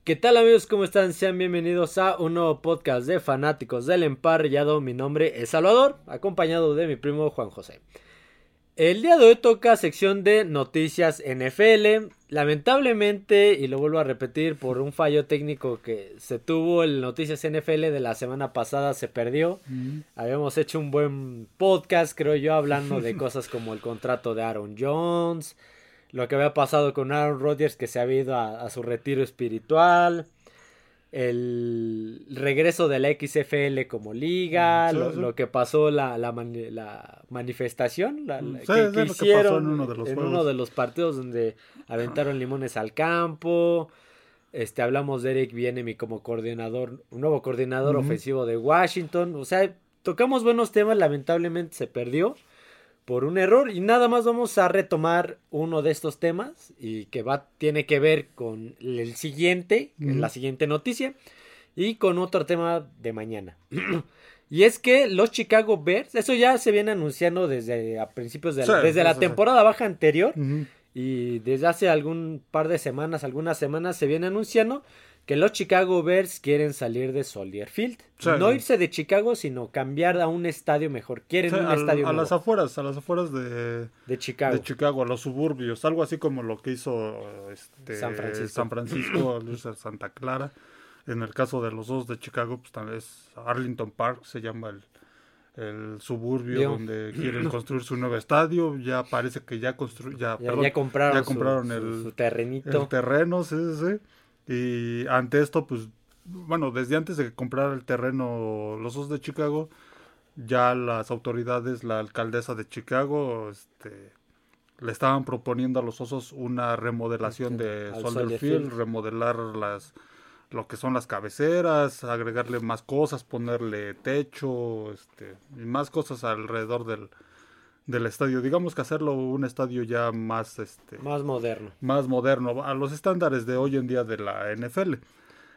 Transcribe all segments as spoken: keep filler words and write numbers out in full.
¿Qué tal amigos? ¿Cómo están? Sean bienvenidos a un nuevo podcast de fanáticos del emparrillado. Mi nombre es Salvador, acompañado de mi primo Juan José. El día de hoy toca sección de noticias N F L. Lamentablemente, y lo vuelvo a repetir, por un fallo técnico que se tuvo, el Noticias N F L de la semana pasada se perdió. Mm. Habíamos hecho un buen podcast, creo yo, hablando de cosas como el contrato de Aaron Jones, lo que había pasado con Aaron Rodgers, que se había ido a, a su retiro espiritual, el regreso de la X F L como liga, sí, lo, sí. lo que pasó, la, la, mani- la manifestación la, la, sí, que, sí, que lo hicieron que en, uno de, los en uno de los partidos donde aventaron limones al campo. Este, hablamos de Eric Bieniemy como coordinador, un nuevo coordinador uh-huh. ofensivo de Washington. O sea, tocamos buenos temas, lamentablemente se perdió por un error, y nada más vamos a retomar uno de estos temas y que va tiene que ver con el siguiente, uh-huh. la siguiente noticia, y con otro tema de mañana. Y es que los Chicago Bears, eso ya se viene anunciando desde a principios de la, sí, desde la temporada sí. baja anterior, uh-huh. y desde hace algún par de semanas, algunas semanas se viene anunciando que los Chicago Bears quieren salir de Soldier Field. Sí. No irse de Chicago, sino cambiar a un estadio mejor. Quieren sí, un a, estadio a nuevo. las afueras, a las afueras de, de Chicago. De Chicago, a los suburbios. Algo así como lo que hizo este, San Francisco, San Francisco Santa Clara. En el caso de los dos de Chicago, pues también es Arlington Park, se llama el, el suburbio Dios. donde quieren construir su nuevo estadio. Ya parece que ya constru ya, ya, perdón, ya compraron, ya compraron su, el, su, su terrenito. El terreno, sí, sí, sí. Y ante esto, pues, bueno, desde antes de que comprara el terreno los Osos de Chicago, ya las autoridades, la alcaldesa de Chicago, este, le estaban proponiendo a los Osos una remodelación okay. de Soldier, Soldier Field, Field, remodelar las lo que son las cabeceras, agregarle más cosas, ponerle techo, este, y más cosas alrededor del, del estadio. Digamos que hacerlo un estadio ya más, este, más moderno, más moderno a los estándares de hoy en día de la N F L.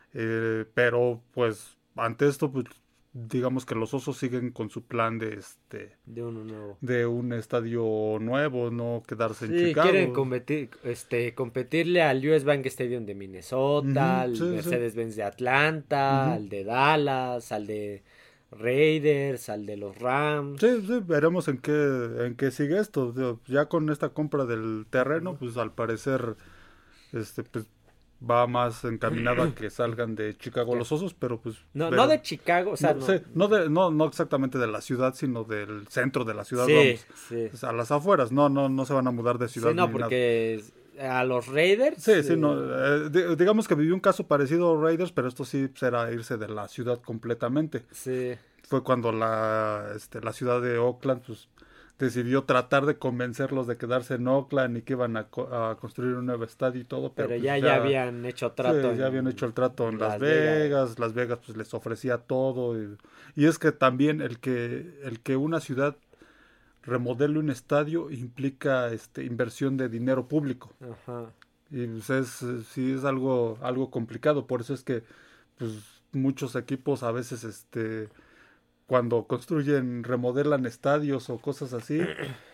Eh, pero pues ante esto, pues digamos que los Osos siguen con su plan de este de uno nuevo, de un estadio nuevo, no quedarse sí, en Chicago. Quieren competir, este, competirle al U S Bank Stadium de Minnesota, uh-huh, al sí, Mercedes-Benz sí. de Atlanta, uh-huh. al de Dallas, al de Raiders, al de los Rams. Sí, sí, veremos en qué en qué sigue esto. Ya con esta compra del terreno, uh-huh. pues al parecer este pues va más encaminado a que salgan de Chicago los Osos, pero pues no, pero, no de Chicago, o sea, no, no, sí, no, de, no, no exactamente de la ciudad, sino del centro de la ciudad, sí, vamos, sí. O sea, a las afueras, no, no, no se van a mudar de ciudad. Sí, no, porque nada. A los Raiders. Sí, sí, no, eh, de, digamos que vivió un caso parecido a los Raiders, pero esto sí será irse de la ciudad completamente. Sí. Fue cuando la, este, la ciudad de Oakland, pues, decidió tratar de convencerlos de quedarse en Oakland y que iban a, co- a construir un nuevo estadio y todo. Pero, pero pues ya, ya, ya habían hecho trato. Sí, ya habían hecho el trato en, en Las, Las Vegas. Vegas. Las Vegas pues les ofrecía todo. Y, y es que también el que, el que una ciudad remodele un estadio implica este, inversión de dinero público. Ajá. Y pues es, sí es algo, algo complicado. Por eso es que pues, muchos equipos a veces este cuando construyen, remodelan estadios o cosas así,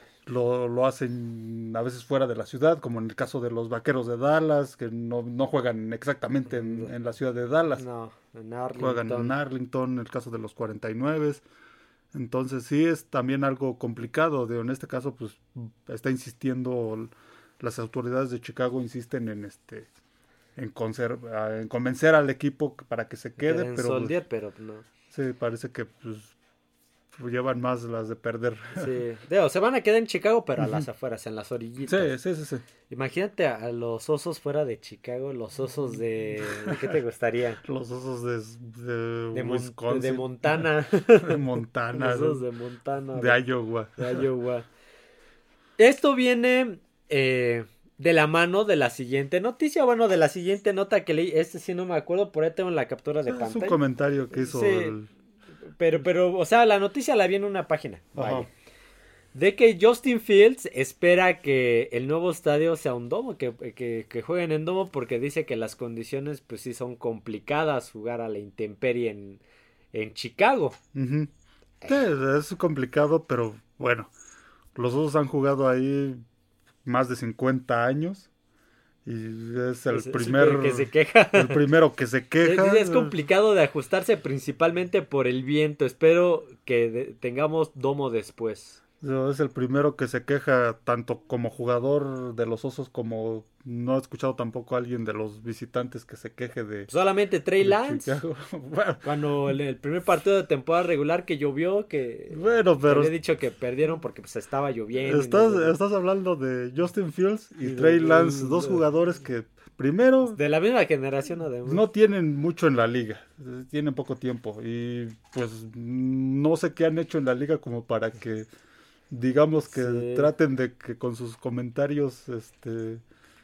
lo, lo hacen a veces fuera de la ciudad, como en el caso de los Vaqueros de Dallas, que no, no juegan exactamente en, en la ciudad de Dallas. No, en Arlington. Juegan en Arlington, en el caso de los cuarenta y nueve. Entonces sí es también algo complicado. De, en este caso, pues está insistiendo, las autoridades de Chicago insisten en este en, conserva, en convencer al equipo para que se quede. En pero, Soldier, pues, pero no. Sí, parece que pues llevan más las de perder. Sí, Digo, se van a quedar en Chicago, pero a las afueras, en las orillitas. Sí, sí, sí, sí. Imagínate a, a los Osos fuera de Chicago, los Osos de... ¿De qué te gustaría? Los Osos de, de, de Wisconsin. De Montana. De Montana. Los Osos de Montana. De, de Iowa. De Iowa. Esto viene... Eh, de la mano de la siguiente noticia, bueno, de la siguiente nota que leí, este sí no me acuerdo, por ahí tengo la captura de es pantalla. Es un comentario que hizo sí, el... pero, pero, o sea, la noticia la vi en una página, vaya, de que Justin Fields espera que el nuevo estadio sea un domo, que, que, que jueguen en domo, porque dice que las condiciones, pues sí son complicadas jugar a la intemperie en, en Chicago. Uh-huh. Sí, es complicado, pero bueno, los dos han jugado ahí más de cincuenta años y es el es, primer que, que se queja. el primero que se queja. Es, es complicado de ajustarse principalmente por el viento. Espero que de, tengamos domo después. Es el primero que se queja tanto como jugador de los Osos como no he escuchado tampoco a alguien de los visitantes que se queje de solamente Trey de Lance bueno, cuando en el primer partido de temporada regular que llovió que bueno pero he dicho que perdieron porque pues estaba lloviendo. Estás, no sé. estás hablando de Justin Fields y, y Trey Lance, dos jugadores que primero de la misma generación además no tienen mucho en la liga, tienen poco tiempo y pues no sé qué han hecho en la liga como para que digamos que sí. traten de que con sus comentarios este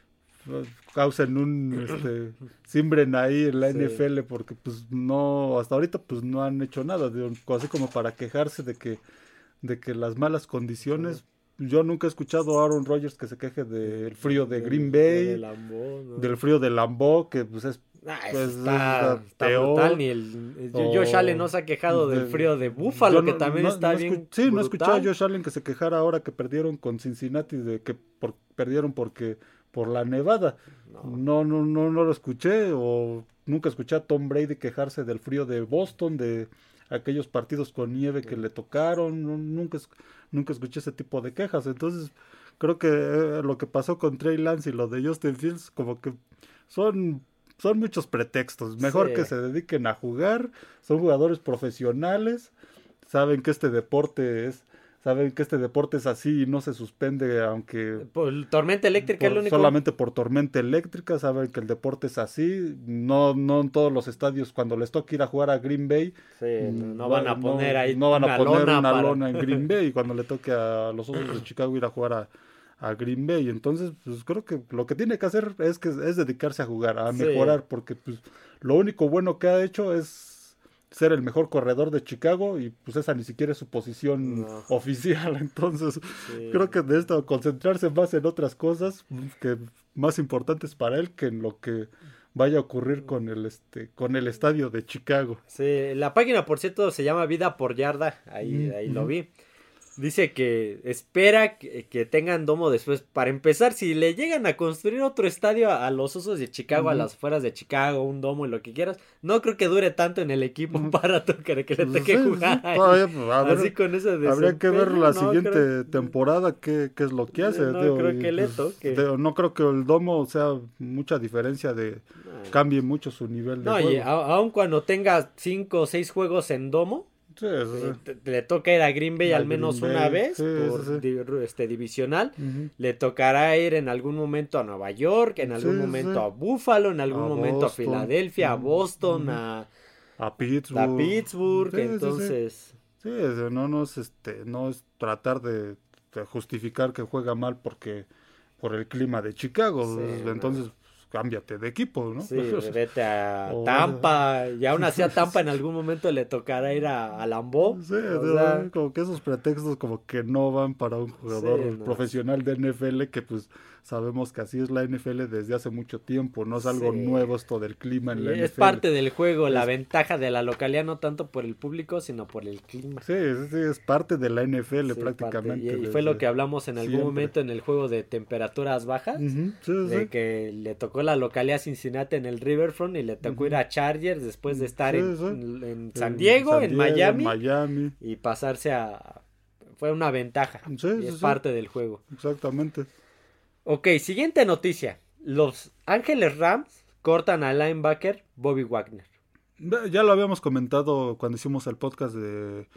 causen un este siembren ahí en la sí. N F L porque pues no hasta ahorita pues no han hecho nada, así como para quejarse de que de que las malas condiciones sí. Yo nunca he escuchado a Aaron Rodgers que se queje del frío de Green Bay, de Lambeau, ¿no? Del frío de Lambeau, que pues es Ah, pues, está, está brutal, ni el, el o, Josh Allen no se ha quejado de, del frío de Buffalo, no, que también no, está no bien escu- Sí, brutal. No escuché a Josh Allen que se quejara ahora que perdieron con Cincinnati, de que por, perdieron porque por la nevada. No. no, no, no, no lo escuché, o nunca escuché a Tom Brady quejarse del frío de Boston, de aquellos partidos con nieve que sí. le tocaron, no, nunca, nunca escuché ese tipo de quejas, entonces creo que eh, lo que pasó con Trey Lance y lo de Justin Fields como que son... Son muchos pretextos, mejor sí. que se dediquen a jugar, son jugadores profesionales, saben que este deporte es, saben que este deporte es así y no se suspende aunque... Por tormenta eléctrica por, es lo único. Solamente por tormenta eléctrica, saben que el deporte es así, no, no en todos los estadios cuando les toca ir a jugar a Green Bay, sí, no, no van a poner no, ahí no van a poner lona una para... lona en Green Bay y cuando le toque a los Osos de Chicago ir a jugar a... a Green Bay, entonces pues creo que lo que tiene que hacer es que es dedicarse a jugar, a sí. mejorar, porque pues lo único bueno que ha hecho es ser el mejor corredor de Chicago y pues esa ni siquiera es su posición no. oficial, entonces sí. creo que de esto concentrarse más en otras cosas que más importantes para él que en lo que vaya a ocurrir con el este con el estadio de Chicago. Sí, la página por cierto se llama Vida por Yarda, ahí, mm-hmm. ahí lo vi. Dice que espera que, que tengan domo después. Para empezar, si le llegan a construir otro estadio a, a los Osos de Chicago, uh-huh. a las afueras de Chicago, un domo y lo que quieras, no creo que dure tanto en el equipo uh-huh. para tocar, que le toque sí, jugar. Sí, todavía, pues, ver, así con ese habría que ver la no, siguiente creo, temporada qué, qué es lo que hace. No, digo, creo que y, le pues, toque. De, no creo que el domo sea mucha diferencia de no. cambie mucho su nivel de no, juego. Y a, aun cuando tenga cinco o seis juegos en domo, Sí, sí, sí. Le, le toca ir a Green Bay a al menos Bay. una vez sí, por sí, sí. Di, este divisional. Uh-huh. Le tocará ir en algún momento a Nueva York, en algún sí, momento sí. a Buffalo, en algún a momento Boston. a Filadelfia, a Boston, uh-huh. a, a Pittsburgh. A Pittsburgh sí, entonces. Sí, sí. sí, no, no es este, no es tratar de, de justificar que juega mal porque por el clima de Chicago. Sí, entonces. No. Cámbiate de equipo, ¿no? Sí, vete a o... Tampa, y aún así a Tampa en algún momento le tocará ir a, a Lambeau. Sí, o sea... como que esos pretextos como que no van para un jugador sí, no. profesional de N F L que pues sabemos que así es la N F L desde hace mucho tiempo, no es algo sí. nuevo esto del clima en sí, la es N F L. Es parte del juego, es... la ventaja de la localidad no tanto por el público, sino por el clima. Sí, sí, es parte de la N F L sí, prácticamente. Y, y fue lo que hablamos en algún siempre. momento en el juego de temperaturas bajas, uh-huh. sí, de sí. que le tocó la localidad Cincinnati en el Riverfront y le tocó uh-huh. ir a Chargers después de estar sí, en, sí. En, en San Diego, en, San Diego en, Miami, en Miami y pasarse a... fue una ventaja, sí, y sí, es sí. parte del juego. Exactamente. Ok, siguiente noticia. Los Ángeles Rams cortan al linebacker Bobby Wagner. Ya lo habíamos comentado cuando hicimos el podcast de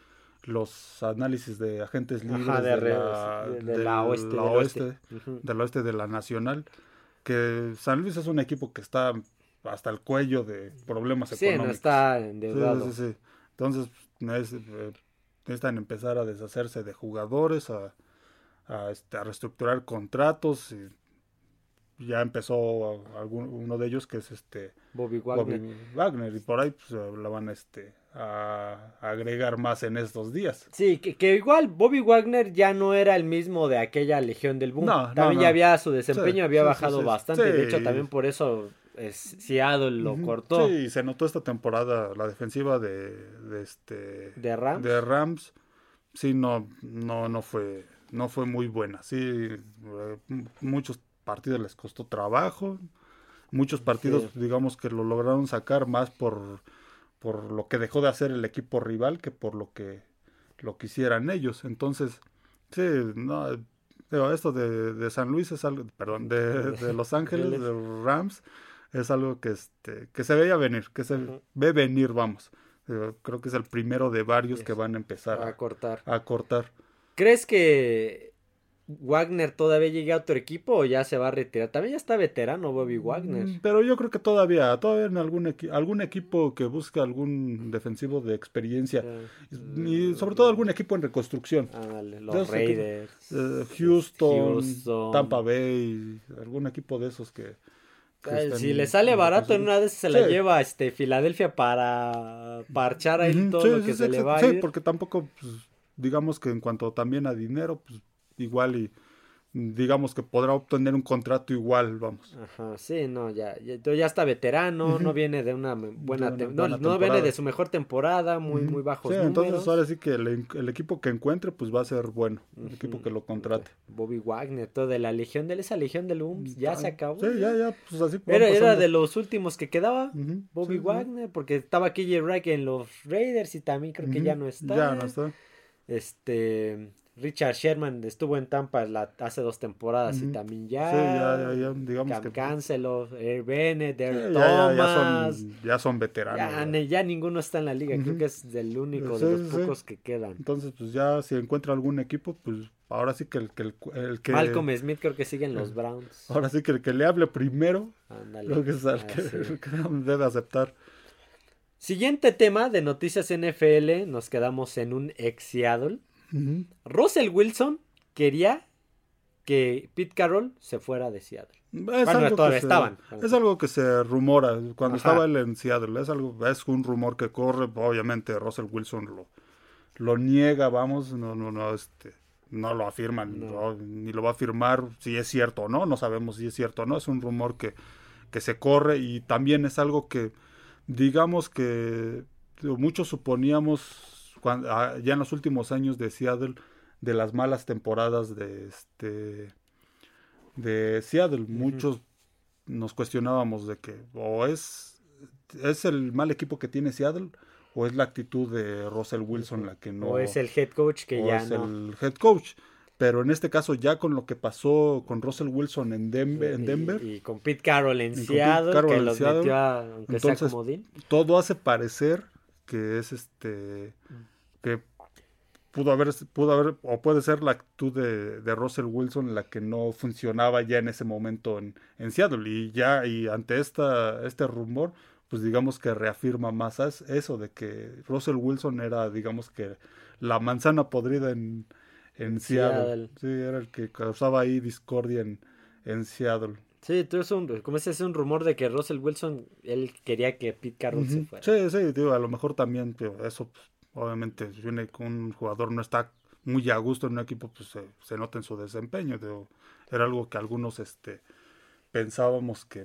los análisis de agentes libres Ajá, de, de, la, de, de, de la oeste, la oeste, oeste uh-huh. del oeste de la Nacional, que San Luis es un equipo que está hasta el cuello de problemas sí, económicos. Sí, no está endeudado. Sí, sí, sí. Entonces necesitan empezar a deshacerse de jugadores, a, a, este, a reestructurar contratos. Y ya empezó algún, uno de ellos que es este Bobby Wagner. Bobby Wagner y por ahí pues la van este a, a agregar más en estos días. Sí, que, que igual Bobby Wagner ya no era el mismo de aquella Legión del Boom. No, también no, ya no. había su desempeño sí, había sí, bajado sí, sí, bastante. Sí. De hecho, también por eso es, Seattle lo uh-huh. cortó. Sí, se notó esta temporada la defensiva de, de este de Rams. De Rams. Sí, no, no, no fue, no fue muy buena. Sí, muchos partidos les costó trabajo. Muchos partidos, sí. digamos que lo lograron sacar más por, por lo que dejó de hacer el equipo rival que por lo que lo quisieran ellos. Entonces, sí, no, digo, esto de, de San Luis es algo, perdón, de, de Los Ángeles, de los Rams, es algo que este que se veía venir, que se uh-huh. ve venir, vamos. Digo, creo que es el primero de varios yes. que van a empezar a, a cortar. A cortar. ¿Crees que Wagner todavía llegue a otro equipo o ya se va a retirar? También ya está veterano Bobby Wagner. Pero yo creo que todavía, todavía en algún, equi- algún equipo que busque algún defensivo de experiencia. Yeah. Y sobre todo algún equipo en reconstrucción. Ah, dale, los Entonces, Raiders. Uh, Houston, Houston, Tampa Bay, algún equipo de esos que... que si le sale barato en una vez se la sí. lleva este Filadelfia para parchar ahí uh-huh. todo sí, lo que sí, se sí, le va sí, a ir. Porque tampoco, pues, digamos que en cuanto también a dinero, pues igual y digamos que podrá obtener un contrato igual, vamos. Ajá, sí, no, ya, ya, ya está veterano, uh-huh. no viene de una buena, de una, te- no, no viene de su mejor temporada, muy, uh-huh. muy bajos sí, números. Entonces ahora sí que el, el equipo que encuentre, pues va a ser bueno, el uh-huh. equipo que lo contrate. Bobby Wagner, todo de la legión de esa legión del U M S, ya ah, se acabó. Sí, ya, ya, pues así. Era, era de los últimos que quedaba, uh-huh. Bobby sí, Wagner, sí. porque estaba K J Wright en los Raiders y también creo que uh-huh. ya no está. Ya no está. Este... Richard Sherman estuvo en Tampa la, hace dos temporadas uh-huh. y también ya. Sí, ya, ya, ya digamos Cam que. Cancelo, Air Bennett, Air sí, Thomas. Ya, ya, ya, son, ya son veteranos. Ya, ya ninguno está en la liga, uh-huh. creo que es el único sí, de los pocos sí. que quedan. Entonces, pues ya si encuentra algún equipo, pues ahora sí que el que. El, el que Malcolm Smith creo que sigue en los Browns. Ahora sí que el que le hable primero, Ándale. creo que es el ah, que, sí. el que debe aceptar. Siguiente tema de noticias N F L, nos quedamos en un ex Seattle. Uh-huh. Russell Wilson quería que Pete Carroll se fuera de Seattle. Es bueno, algo todavía que estaban. Se, es algo que se rumora cuando Ajá. estaba él en Seattle. Es algo, es un rumor que corre. Obviamente Russell Wilson lo, lo niega, vamos, no, no, no, este, no lo afirma, no. No, ni lo va a afirmar si es cierto o no. No sabemos si es cierto o no. Es un rumor que, que se corre y también es algo que, digamos que muchos suponíamos cuando, ya en los últimos años de Seattle, de las malas temporadas de este de Seattle. Uh-huh. Muchos nos cuestionábamos de que o es es el mal equipo que tiene Seattle o es la actitud de Russell Wilson uh-huh. la que no o es el head coach que o ya es no el head coach. Pero en este caso ya con lo que pasó con Russell Wilson en Denver, en Denver y, y con Pete Carroll en Seattle Carroll que en los Seattle, metió a, aunque entonces, sea comodín. Todo hace parecer que es este que pudo haber, pudo haber, o puede ser la actitud de, de Russell Wilson la que no funcionaba ya en ese momento en, en Seattle, y ya, y ante esta, este rumor, pues digamos que reafirma más eso, de que Russell Wilson era, digamos que, la manzana podrida en, en Seattle. Seattle. Sí, era el que causaba ahí discordia en, en Seattle. Sí, tú es un, como ese es un rumor de que Russell Wilson, él quería que Pete Carroll uh-huh. se fuera. Sí, sí, digo, a lo mejor también, tío, eso, pues, obviamente, si un jugador no está muy a gusto en un equipo, pues se, se nota en su desempeño. Digo, era algo que algunos este, pensábamos que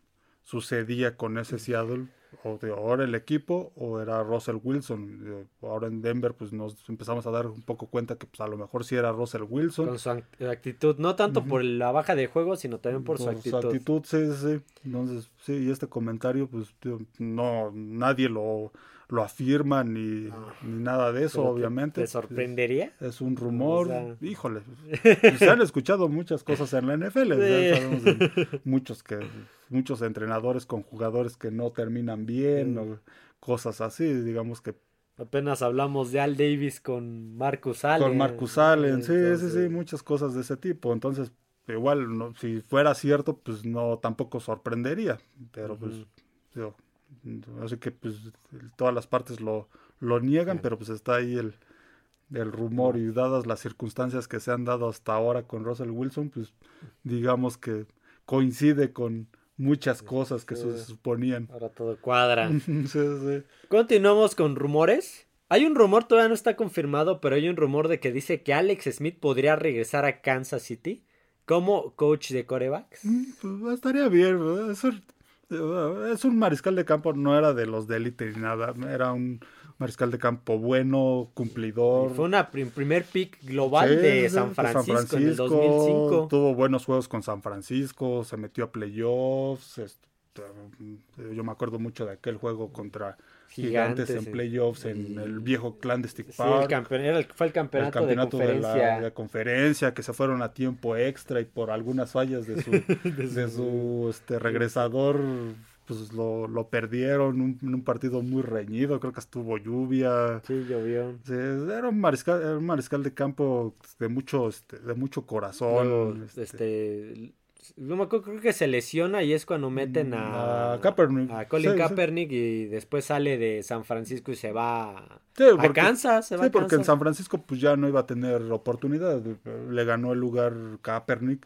sucedía con ese Seattle, o de ahora el equipo, o era Russell Wilson. De, ahora en Denver, pues nos empezamos a dar un poco cuenta que pues a lo mejor sí era Russell Wilson. Con su actitud, no tanto uh-huh. por la baja de juego, sino también por, por su actitud. Su actitud, sí, sí, sí. Entonces, sí, y este comentario, pues, tío, no, nadie lo... lo afirman ni, no. ni nada de eso, obviamente. ¿Te sorprendería? Es, es un rumor, o sea... híjole, pues se han escuchado muchas cosas en la N F L, sí. Ya sabemos de muchos que, muchos entrenadores con jugadores que no terminan bien, sí. o cosas así, digamos que. Apenas hablamos de Al Davis con Marcus Allen. Con Marcus Allen, sí, entonces... sí, sí, muchas cosas de ese tipo, entonces, igual, no, si fuera cierto, pues no, tampoco sorprendería, pero uh-huh. pues, digo, así que pues todas las partes lo, lo niegan, sí. pero pues está ahí el, el rumor, y dadas las circunstancias que se han dado hasta ahora con Russell Wilson, pues digamos que coincide con muchas cosas que sí. se suponían. Ahora todo cuadra. sí, sí. Continuamos con rumores. Hay un rumor, todavía no está confirmado, pero hay un rumor de que dice que Alex Smith podría regresar a Kansas City como coach de quarterbacks. Pues estaría bien, ¿verdad? Eso... Es un mariscal de campo, no era de los de élite ni nada, era un, mariscal de campo bueno, cumplidor. Y fue una prim- primer pick global sí, de, San Francisco, de San Francisco en el dos mil cinco. Tuvo buenos juegos con San Francisco, se metió a playoffs. Este, yo me acuerdo mucho de aquel juego contra Gigantes, Gigantes en playoffs y, en el viejo Clandestine sí, Park. El campeón, era el, fue el campeonato, el campeonato de conferencia. De la, de conferencia, que se fueron a tiempo extra y por algunas fallas de su, de su este, regresador, pues lo, lo perdieron en un, un partido muy reñido, creo que estuvo lluvia. Sí, llovió. Sí, era, un mariscal, era un mariscal de campo de mucho, este, de mucho corazón. Luego, este... este No me acuerdo, creo que se lesiona y es cuando meten a, a Kaepernick. A Colin sí, Kaepernick sí. Y después sale de San Francisco y se va sí, porque, a Kansas. Se va sí, a Kansas. porque en San Francisco pues ya no iba a tener oportunidad. Le ganó el lugar Kaepernick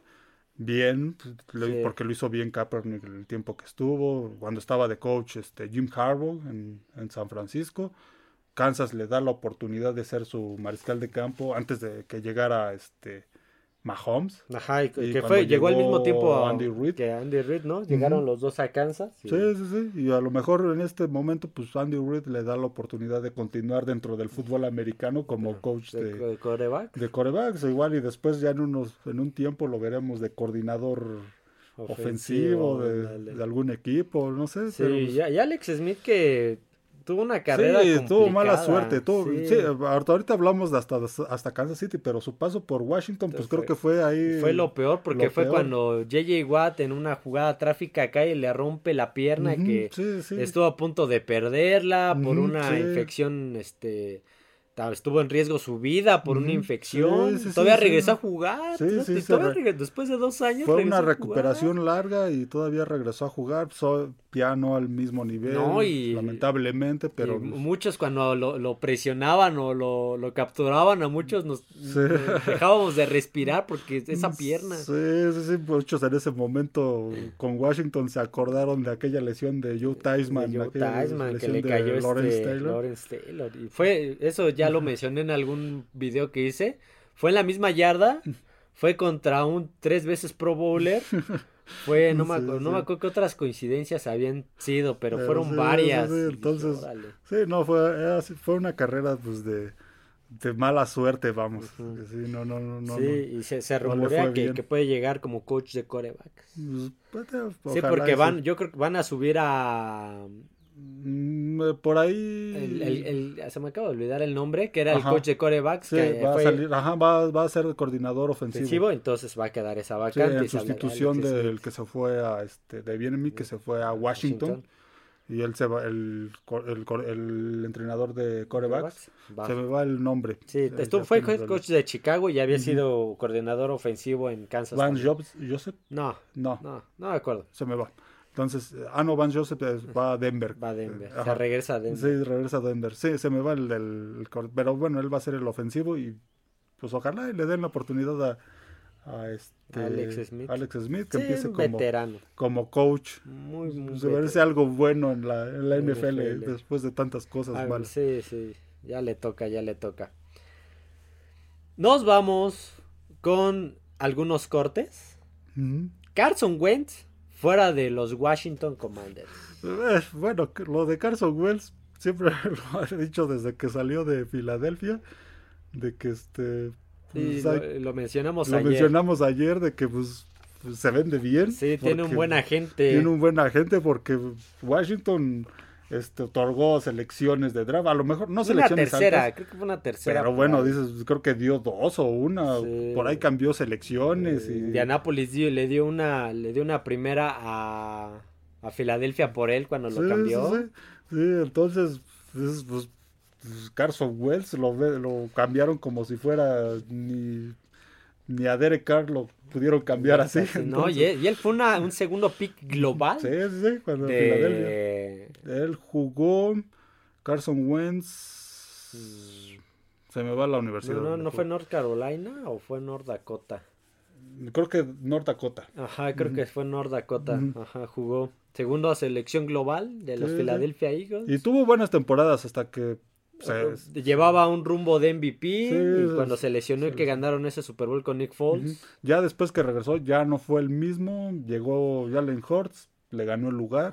bien, sí. porque lo hizo bien Kaepernick el tiempo que estuvo. Cuando estaba de coach este, Jim Harbaugh en, en San Francisco. Kansas le da la oportunidad de ser su mariscal de campo antes de que llegara este... Mahomes. Ajá, y, y que fue, llegó al mismo tiempo a Andy Reid. Que Andy Reid, ¿no? Llegaron uh-huh. los dos a Kansas. Y... Sí, sí, sí. Y a lo mejor en este momento, pues Andy Reid le da la oportunidad de continuar dentro del fútbol americano como uh-huh. coach de, de, de quarterback. De quarterbacks, igual, y después ya en unos, en un tiempo lo veremos de coordinador ofensivo, ofensivo de, de algún equipo, no sé. Sí, pero, pues... y Alex Smith que tuvo una carrera sí, tuvo mala suerte. Tuvo, sí. sí, ahorita hablamos de hasta, hasta Kansas City, pero su paso por Washington, pues fue, creo que fue ahí. Fue lo peor, porque lo fue peor. cuando J J Watt en una jugada tráfica cae y le rompe la pierna, uh-huh, que sí, sí. estuvo a punto de perderla uh-huh, por una sí. infección, este... estuvo en riesgo su vida por uh-huh. una infección. Sí, sí, todavía sí, regresó sí. a jugar. Sí, sí, todavía re... regresó, después de dos años. Fue una recuperación larga y todavía regresó a jugar. So, ya no al mismo nivel. No, y, lamentablemente, pero. Y muchos cuando lo, lo presionaban o lo, lo capturaban, a muchos nos, sí. nos dejábamos de respirar porque esa pierna. Sí, sí, sí. Muchos en ese momento con Washington se acordaron de aquella lesión de Joe Theismann. De Joe Theismann, que le cayó este Lawrence Taylor. Lawrence Taylor. Y fue, eso ya lo mencioné en algún video que hice. Fue en la misma yarda. Fue contra un tres veces Pro Bowler. Fue, no, sí, me, acuerdo, sí. no me acuerdo qué otras coincidencias habían sido, pero, pero fueron sí, varias. Sí, sí. Entonces, sí, no, fue, era, fue una carrera pues de, de mala suerte, vamos. Uh-huh. Sí, no, no, no, no, sí, no, y se, se rumorea no que, que puede llegar como coach de quarterbacks. Pues, sí, porque van, sí. yo creo que van a subir a... Por ahí el, el, el, se me acaba de olvidar el nombre, que era ajá. el coach de quarterbacks, sí, que va fue a salir, ajá, va, va a ser el coordinador ofensivo. ofensivo, entonces va a quedar esa vacante. Sí, en sustitución del que se fue a este de Bieniemy, que se fue a Washington, Washington. Y él se va, el, el, el, el entrenador de quarterbacks, se me va el nombre. Sí, estuvo, fue el coach de Chicago y había uh-huh. sido coordinador ofensivo en Kansas. ¿Van Joseph? No, no, no, no me acuerdo. Se me va. Entonces, ah, no, Van Joseph va a Denver. Va a Denver, Ajá. se regresa a Denver. Sí, regresa a Denver. Sí, se me va el del... Pero bueno, él va a ser el ofensivo y pues ojalá y le den la oportunidad a, a este... Alex Smith. Alex Smith, que sí, empiece como, veterano. como coach. Muy, muy Se merece algo bueno en la, en la N F L, N F L después de tantas cosas ah, malas. Sí, sí, ya le toca, ya le toca. Nos vamos con algunos cortes. Uh-huh. Carson Wentz fuera de los Washington Commanders. Eh, bueno, lo de Carson Wentz siempre lo he dicho desde que salió de Filadelfia, de que este... Pues, sí, hay, lo, lo mencionamos lo ayer. Lo mencionamos ayer de que pues, pues se vende bien. Sí, tiene un buen agente. Tiene un buen agente porque Washington este, otorgó selecciones de draft. A lo mejor no selecciones Una tercera, altas, creo que fue una tercera. Pero bueno, dices, creo que dio dos o una. Sí. Por ahí cambió selecciones. Eh, y... Indianapolis dio, le dio una le dio una primera a, a Filadelfia por él cuando sí, lo cambió. Sí, sí. sí entonces, pues, pues, Carson Wentz lo, lo cambiaron como si fuera ni, ni a Derek Carr lo pudieron cambiar así. No, entonces... y, él, y él fue una, un segundo pick global. Sí, sí, sí, cuando de... Filadelfia. Él jugó Carson Wentz. Se me va a la universidad. No, no, ¿no fue North Carolina o fue North Dakota? Creo que North Dakota. Ajá, creo uh-huh. que fue North Dakota. Uh-huh. Ajá, jugó. Segundo a selección global de los sí, Philadelphia sí. Eagles. Y tuvo buenas temporadas hasta que se... llevaba un rumbo de M V P sí, y cuando se lesionó sí, y que ganaron ese Super Bowl con Nick Foles. Uh-huh. Ya después que regresó ya no fue el mismo, llegó Jalen Hurts, le ganó el lugar.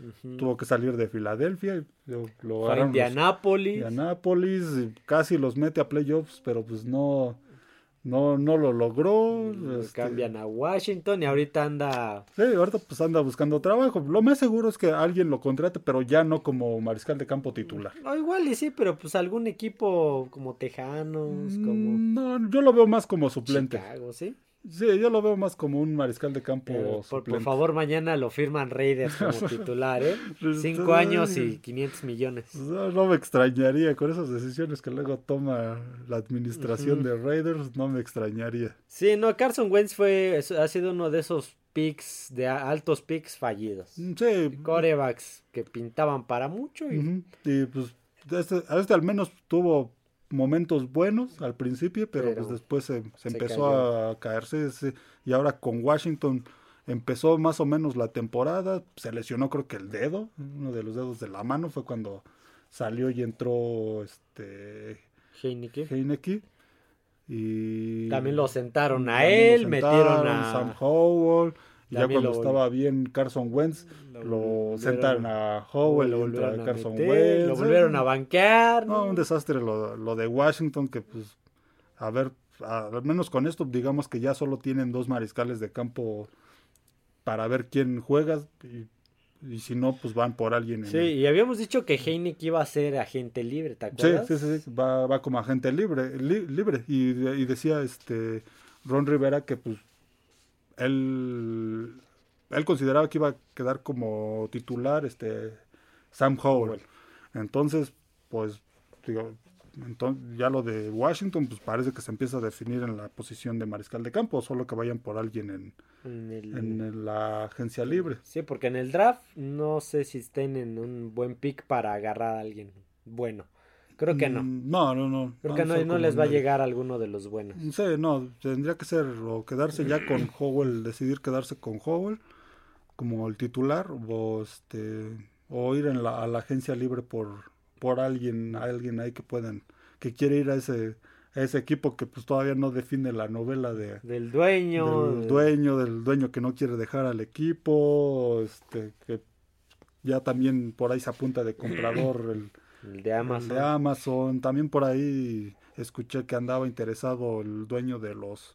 Uh-huh. Tuvo que salir de Filadelfia. Lo, lo Fue a Indianápolis. Indianápolis, casi los mete a playoffs, pero pues no... No, no lo logró. Este... Cambian a Washington y ahorita anda... Sí, ahorita pues anda buscando trabajo. Lo más seguro es que alguien lo contrate, pero ya no como mariscal de campo titular. No, igual y sí, pero pues algún equipo como Tejanos, como... No, yo lo veo más como suplente. Chicago, ¿sí? Sí, yo lo veo más como un mariscal de campo Pero, por, suplente. por favor, mañana lo firman Raiders como titular, ¿eh? Cinco años y quinientos millones. No, no me extrañaría, con esas decisiones que luego toma la administración uh-huh. de Raiders, no me extrañaría. Sí, no, Carson Wentz fue, ha sido uno de esos picks, de altos picks fallidos. Sí. Quarterbacks que pintaban para mucho. Y, uh-huh. y pues, este, este al menos tuvo momentos buenos al principio, pero, pero pues después se, se, se empezó cayó. a caerse, sí, y ahora con Washington empezó más o menos la temporada, se lesionó creo que el dedo, uno de los dedos de la mano, fue cuando salió y entró este Heinicke, Heinicke y también lo sentaron a él, sentaron, metieron a Sam Howell. Ya cuando lo, estaba bien Carson Wentz, lo, lo sentaron a Howell, lo volvieron a Carson meter, Wentz. Lo volvieron a banquear. No, un desastre lo, lo de Washington, que pues, a ver, a, al menos con esto, digamos que ya solo tienen dos mariscales de campo para ver quién juega, y, y si no, pues van por alguien. Sí, en... y habíamos dicho que Heinicke iba a ser agente libre, ¿te acuerdas? Sí, sí, sí, va, va como agente libre, li, libre, y, y decía este Ron Rivera que pues Él, él consideraba que iba a quedar como titular este Sam Howell. Entonces, pues, digo, entonces, ya lo de Washington, pues parece que se empieza a definir en la posición de mariscal de campo, solo que vayan por alguien en, en, el, en la agencia libre. Sí, porque en el draft no sé si estén en un buen pick para agarrar a alguien bueno. Creo que no. No, no, no. Creo que no, no les va a llegar alguno de los buenos. Sí, no, tendría que ser o quedarse ya con Howell, decidir quedarse con Howell como el titular o este o ir en la, a la agencia libre por por alguien, alguien ahí que puedan, que quiere ir a ese a ese equipo que pues todavía no define la novela de del dueño, del dueño, del dueño que no quiere dejar al equipo, este que ya también por ahí se apunta de comprador el El de Amazon. El de Amazon. También por ahí escuché que andaba interesado el dueño de los...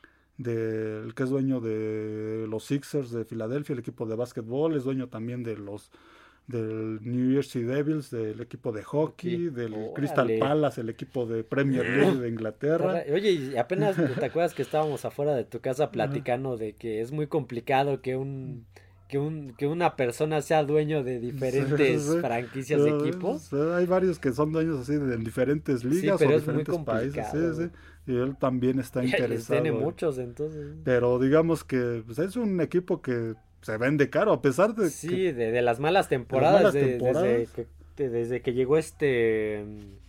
De, el que es dueño de los Sixers de Filadelfia, el equipo de básquetbol. Es dueño también de los... Del New Jersey Devils, del equipo de hockey, sí. del Órale. Crystal Palace, el equipo de Premier League de Inglaterra. Oye, y apenas te acuerdas que estábamos afuera de tu casa platicando de que es muy complicado que un... Que, un, que una persona sea dueño de diferentes sí, sí, franquicias de equipos. Sí, hay varios que son dueños así de diferentes ligas sí, pero o es diferentes muy países. Sí, sí. Y él también está y interesado. Tiene muchos entonces. Pero digamos que pues, es un equipo que se vende caro a pesar de sí, que, de, de las malas temporadas, de las de, temporadas. Desde, que, de, desde que llegó este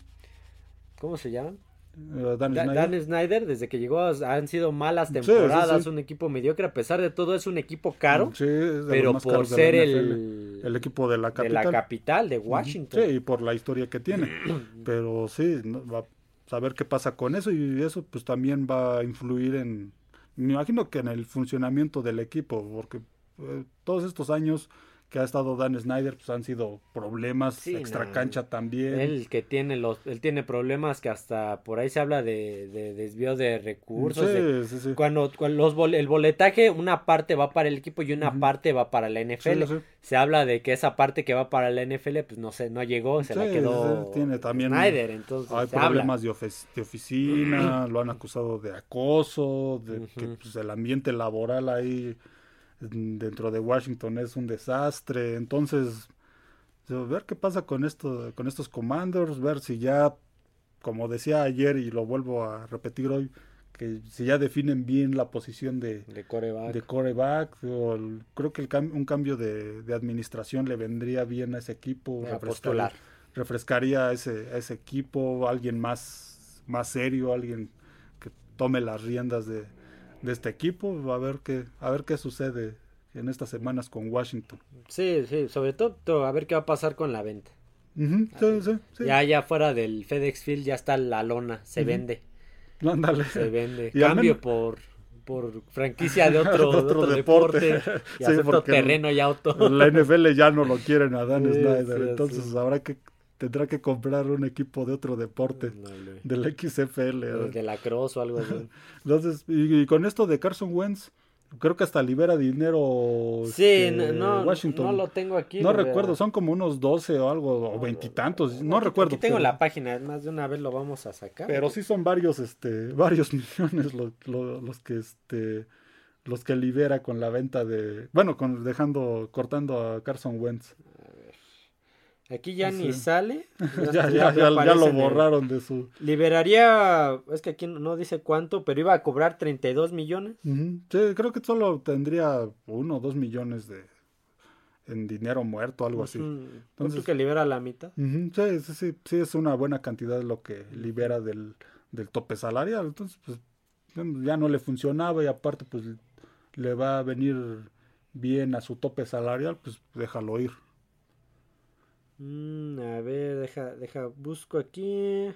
¿cómo se llama? Uh, Dan, Dan, Snyder. Dan Snyder, desde que llegó han sido malas temporadas, sí, sí, sí. Un equipo mediocre, a pesar de todo es un equipo caro, sí, es de pero los más por caros ser de el, el equipo de la capital, de la capital de Washington. Sí, y por la historia que tiene, pero sí, no, va a saber qué pasa con eso y eso pues también va a influir en, me imagino que en el funcionamiento del equipo, porque eh, todos estos años que ha estado Dan Snyder, pues han sido problemas sí, extra no. cancha también. Él que tiene los, él tiene problemas que hasta por ahí se habla de, de desvío de recursos. Sí, de, sí, sí. Cuando, cuando los bol, el boletaje, una parte va para el equipo y una uh-huh. parte va para la N F L. Sí, sí. Se habla de que esa parte que va para la N F L, pues no sé, no llegó, se sí, la quedó sí, tiene también, Snyder. Entonces hay problemas de, ofic- de oficina, lo han acusado de acoso, de uh-huh. que pues, el ambiente laboral ahí dentro de Washington es un desastre. Entonces ver qué pasa con esto, con estos Commanders, ver si ya, como decía ayer y lo vuelvo a repetir hoy, que si ya definen bien la posición de de quarterback, de quarterback o el, creo que el cam- un cambio de, de administración le vendría bien a ese equipo, refrescaría, refrescaría a ese, a ese equipo, alguien más, más serio, alguien que tome las riendas de de este equipo, a ver qué, a ver qué sucede en estas semanas con Washington. Sí, sí, sobre todo a ver qué va a pasar con la venta. Uh-huh, sí, sí, sí. Ya, ya fuera del FedEx Field ya está la lona, se uh-huh. vende. Ándale. Se vende. Y Cambio menos... por por franquicia de otro, de de otro otro deporte. deporte. Y Sí, acepto porque terreno y auto. la N F L ya no lo quieren a Dan Sí, Snyder. sí, Entonces sí. habrá que, tendrá que comprar un equipo de otro deporte. Dale. Del X F L. De, ¿verdad? de la Cross o algo así. Entonces, y, y con esto de Carson Wentz, creo que hasta libera dinero Sí, este, no, no, no Washington. lo tengo aquí. No lo voy recuerdo, a- son como unos doce o algo, o veintitantos, no Aquí, recuerdo. aquí tengo pero, la página, más de una vez lo vamos a sacar. pero sí son varios, este, varios millones lo- lo- los que, este, los que libera con la venta de, bueno, con dejando, cortando a Carson Wentz. Aquí ya Sí. ni sale. Ya, Ya, ya- ya, ya ya, ya aparece lo en el- borraron de su. Liberaría, es que aquí no dice cuánto, pero iba a cobrar treinta y dos millones. Ujú. Sí, creo que solo tendría uno o dos millones de en dinero muerto, algo así. Ujú. Pon tú Entonces, que libera la mitad. ujú, sí, sí, sí, sí, es una buena cantidad lo que libera del, del tope salarial. Entonces, pues ya no le funcionaba y aparte, pues le va a venir bien a su tope salarial, pues déjalo ir. Mm, a ver, deja, deja, busco aquí.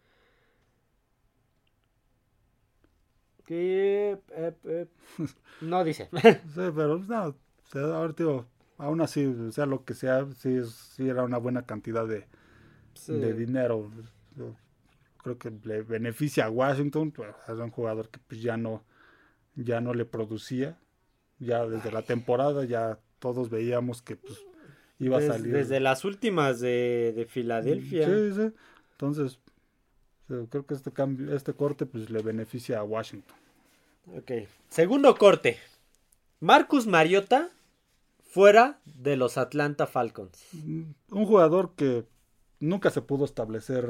Que eh, eh, no dice. Sí, pero no, o sea, ahora digo, aún así, sea lo que sea, sí, es- sí era una buena cantidad de, Sí. de dinero. Yo creo que le beneficia a Washington, pues, es un jugador que pues ya no, ya no le producía, ya desde la temporada ya todos veíamos que pues iba a Des- salir. desde las últimas de, de Mm, Filadelfia. Sí, sí. Entonces, eh, creo que este cambio, este corte pues le beneficia a Washington. Ok. Segundo corte. Marcus Mariota fuera de los Atlanta Falcons. Mm, Un jugador que nunca se pudo establecer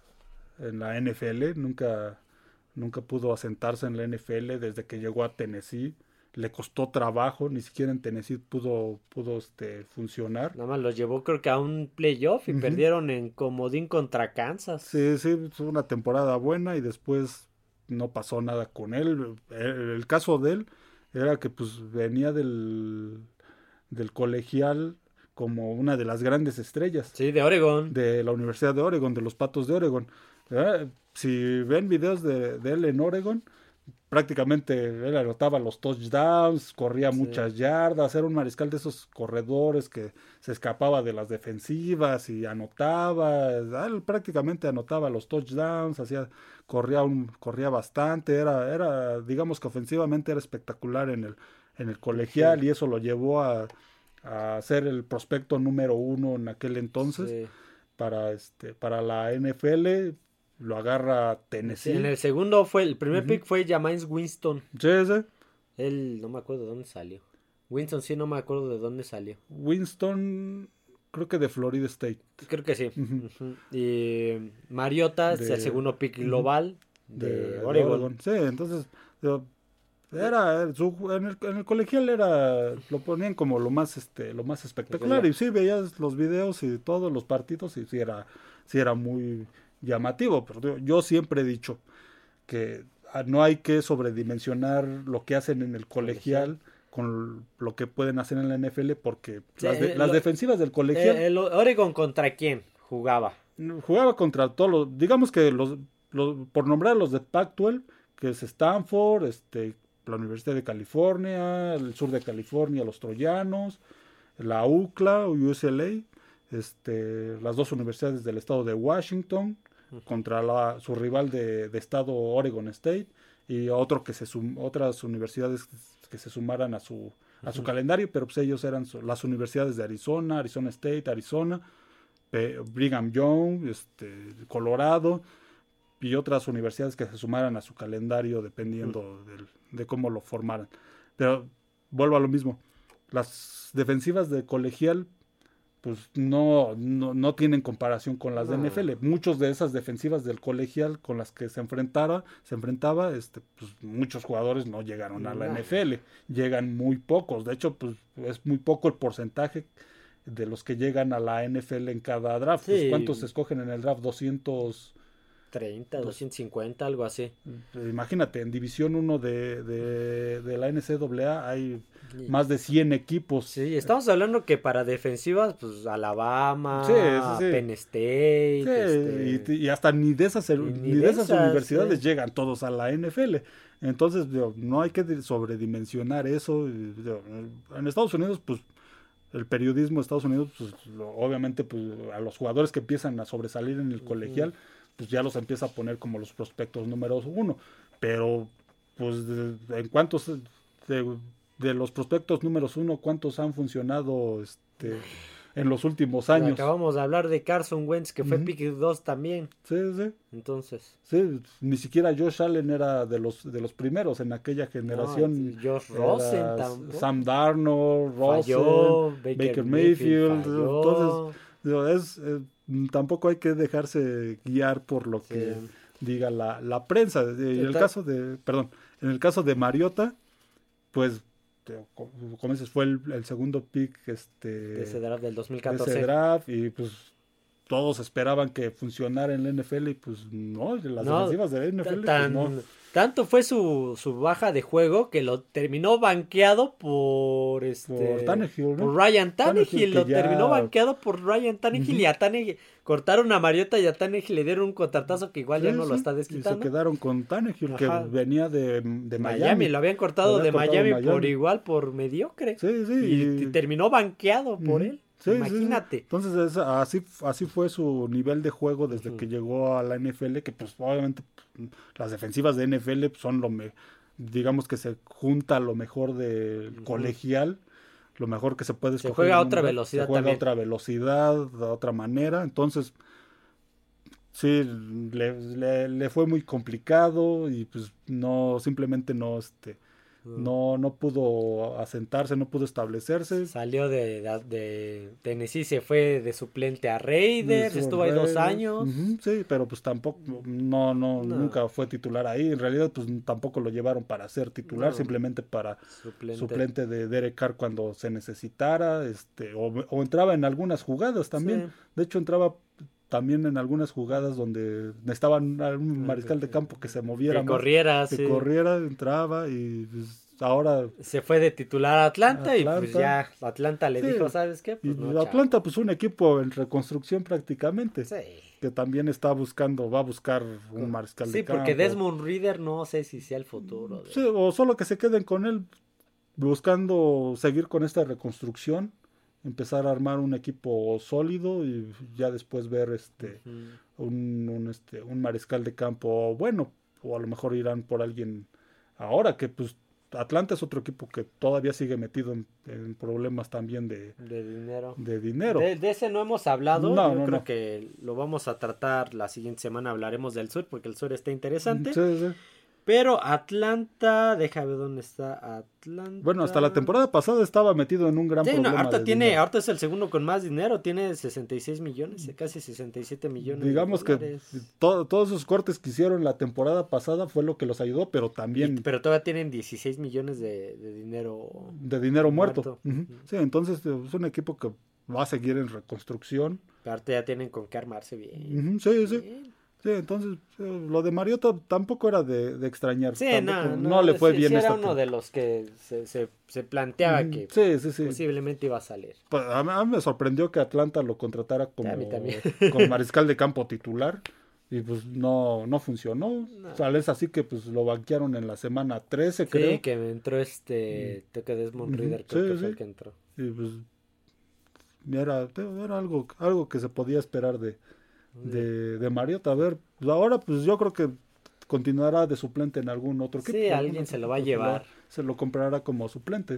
en la N F L, nunca, nunca pudo asentarse en la N F L desde que llegó a Tennessee. Le costó trabajo, ni siquiera en Tennessee pudo, pudo este, funcionar. Nada más los llevó creo que a un playoff y Ujú. perdieron en comodín contra Kansas. Sí, sí, fue una temporada buena y después no pasó nada con él. El, el caso de él era que pues venía del, del colegial como una de las grandes estrellas Sí, de Oregon. de la Universidad de Oregon, de los Patos de Oregon. ¿Verdad? Si ven videos de, de él en Oregon, prácticamente él anotaba los touchdowns, corría Sí. muchas yardas, era un mariscal de esos corredores que se escapaba de las defensivas y anotaba, él prácticamente anotaba los touchdowns, hacía, corría un, corría bastante, era, era, digamos que ofensivamente era espectacular en el, en el colegial Sí. y eso lo llevó a, a ser el prospecto número uno en aquel entonces Sí. para este, para la N F L. Lo agarra Sí, Tennessee. en el segundo fue, el primer Ujú. pick fue Jameis Winston. Sí, sí. Él no me acuerdo de dónde salió. Winston sí no me acuerdo de dónde salió. Creo que de Florida State. Creo que sí. Ujú. Ujú. Y Mariota es De- el segundo pick Ujú. global De, de, de Oregon. Oregon. Sí, entonces digo, era su- en, el, en el colegial era lo ponían como lo más este lo más espectacular y sí veías los videos y todos los partidos y sí era sí era muy llamativo, pero digo, yo siempre he dicho que ah, no hay que sobredimensionar lo que hacen en el colegial con lo que pueden hacer en la N F L porque Sí, las, de- eh, las lo- defensivas del colegial Eh, el Oregon contra quién jugaba. jugaba contra todos los, digamos que los, los por nombrar los de Pac doce, que es Stanford, este, la Universidad de California, el sur de California, los Troyanos, la U C L A, U C L A, este, las dos universidades del estado de Washington, contra la, su rival de, de estado Oregon State, y otro que se sum, otras universidades que se sumaran a su, a su Ujú. calendario, pero pues ellos eran su- las universidades de Arizona, Arizona State, Arizona, Pe- Brigham Young, este, Colorado y otras universidades que se sumaran a su calendario dependiendo del- de cómo lo formaran. Pero vuelvo a lo mismo. Las defensivas de colegial pues no, no, no tienen comparación con las de No. N F L. Muchos de esas defensivas del colegial con las que se enfrentara, se enfrentaba, este, pues muchos jugadores no llegaron a la No. N F L. Llegan muy pocos. De hecho, pues es muy poco el porcentaje de los que llegan a la N F L en cada draft. Pues, Sí. ¿cuántos se escogen en el draft? doscientos treinta, doscientos cincuenta, algo así. Imagínate, en División uno de, de, de la N C A A hay más de cien equipos. Sí, estamos hablando que para defensivas, pues Alabama, sí, sí, sí. Penn State. Sí, este... y, y hasta ni de esas, ni ni de de esas, esas universidades sí. llegan todos a la N F L. Entonces, digo, no hay que sobredimensionar eso. Digo, en Estados Unidos, pues, el periodismo de Estados Unidos, pues, lo, obviamente, pues, a los jugadores que empiezan a sobresalir en el uh-huh. colegial, pues ya los empieza a poner como los prospectos número uno. Pero, pues, de, de, en cuántos de, de los prospectos números uno, ¿cuántos han funcionado este, en los últimos años? Acabamos de hablar de Carson Wentz, que fue uh-huh. pick dos también. Sí, sí. Entonces. Sí, ni siquiera Josh Allen era de los de los primeros en aquella generación. No, Josh Rosen tampoco. Sam Darnold, Rosen, Baker, Baker Mayfield. Mayfield entonces, es, es, tampoco hay que dejarse guiar por lo que sí. diga la, la prensa. En el caso de, perdón, en el caso de Mariota, pues como dices, fue el, el segundo pick este de ese draft del dos mil catorce. De ese draft y pues todos esperaban que funcionara en la N F L y pues no, las no, defensivas de la N F L tan, pues no. Tanto fue su, su baja de juego que lo terminó banqueado por este por Tannehill, ¿no? Por Ryan Tannehill, Tannehill lo ya... terminó banqueado por Ryan Tannehill uh-huh. y a Tannehill cortaron a Mariota y a Tannehill le dieron un contratazo que igual sí, ya no sí. lo está desquitando. Y se quedaron con Tannehill Ajá. que venía de, de Miami. Miami. Lo habían cortado, lo habían de, cortado Miami de Miami por igual, por mediocre. Sí, sí. Y, y terminó banqueado por uh-huh. él. Sí, Imagínate. Sí, sí. Entonces es, así, así fue su nivel de juego desde uh-huh. que llegó a la N F L, que pues obviamente las defensivas de N F L son lo me, digamos que se junta lo mejor del uh-huh. colegial, lo mejor que se puede escoger. Se juega a otra velocidad se juega también. a otra velocidad, de otra manera, entonces sí, le, le, le fue muy complicado y pues no, simplemente no, este... No, no pudo asentarse, no pudo establecerse. Salió de, de, de Tennessee, se fue de suplente a Raiders, estuvo ahí Raiders. dos años. Uh-huh, sí, pero pues tampoco, no, no, no, nunca fue titular ahí. En realidad, pues tampoco lo llevaron para ser titular, no. simplemente para suplente. suplente de Derek Carr cuando se necesitara, este, o, o entraba en algunas jugadas también. Sí. De hecho, entraba también en algunas jugadas donde necesitaban un mariscal de campo que se moviera que más, corriera que sí. corriera, entraba y pues, ahora se fue de titular a Atlanta, Atlanta y pues ya Atlanta le sí. dijo, ¿sabes qué? Pues y no, Atlanta chavo. pues un equipo en reconstrucción prácticamente sí. que también está buscando, va a buscar un mariscal sí, de campo. Sí, porque Desmond Ridder no sé si sea el futuro. De... Sí, o solo que se queden con él buscando seguir con esta reconstrucción, empezar a armar un equipo sólido y ya después ver este uh-huh. un, un este un mariscal de campo bueno, o a lo mejor irán por alguien ahora que pues Atlanta es otro equipo que todavía sigue metido en, en problemas también de, de dinero. De dinero. De, de ese no hemos hablado, no, yo no, creo no. que lo vamos a tratar la siguiente semana, hablaremos del sur porque el sur está interesante. Sí, sí. Pero Atlanta, déjame ver dónde está Atlanta. Bueno, hasta la temporada pasada estaba metido en un gran sí, problema. No, ahorita, de tiene, dinero. ahorita es el segundo con más dinero, tiene sesenta y seis millones, casi sesenta y siete millones. Digamos de que to- todos esos cortes que hicieron la temporada pasada fue lo que los ayudó, pero también... Y, pero todavía tienen dieciséis millones de, de dinero... De dinero muerto. muerto. Uh-huh. Sí, entonces es un equipo que va a seguir en reconstrucción. Pero ahorita ya tienen con qué armarse bien. Uh-huh. Sí, sí. Bien. Sí, entonces lo de Mariota tampoco era de, de extrañar. Sí, tampoco, no, no, no le fue sí, bien. Sí, esta era uno de los que se, se, se planteaba mm, que sí, sí, sí. posiblemente iba a salir. Pues a, mí, a mí me sorprendió que Atlanta lo contratara como, a mí también. como mariscal de campo titular y pues no, no funcionó. No. O sea, es así que pues lo banquearon en la semana trece, sí, creo. Sí, que entró este, creo que Desmond Ridder, uh-huh. creo sí, que sí. fue el que entró. Y pues era, era algo, algo que se podía esperar de De, de Mariota. A ver, pues ahora pues yo creo que continuará de suplente en algún otro equipo. Sí, alguien se lo va a llevar. Se lo comprará como suplente.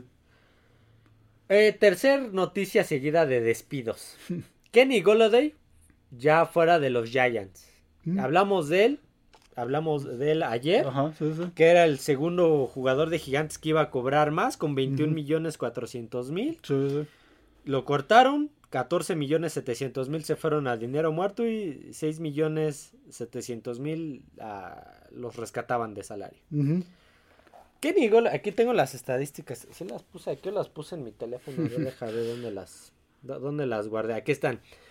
Eh, tercer noticia seguida de despidos. Kenny Golladay ya fuera de los Giants. ¿Mm? Hablamos de él, hablamos de él ayer, Ajá, sí, sí. que era el segundo jugador de Gigantes que iba a cobrar más con veintiún millones cuatrocientos mil. Sí, sí. Lo cortaron. catorce millones setecientos mil se fueron a dinero muerto y seis millones setecientos mil uh, los rescataban de salario. Uh-huh. Kenny Golladay, aquí tengo las estadísticas, sí las puse aquí o las puse en mi teléfono, yo deja ver dónde las, dónde las guardé, aquí están.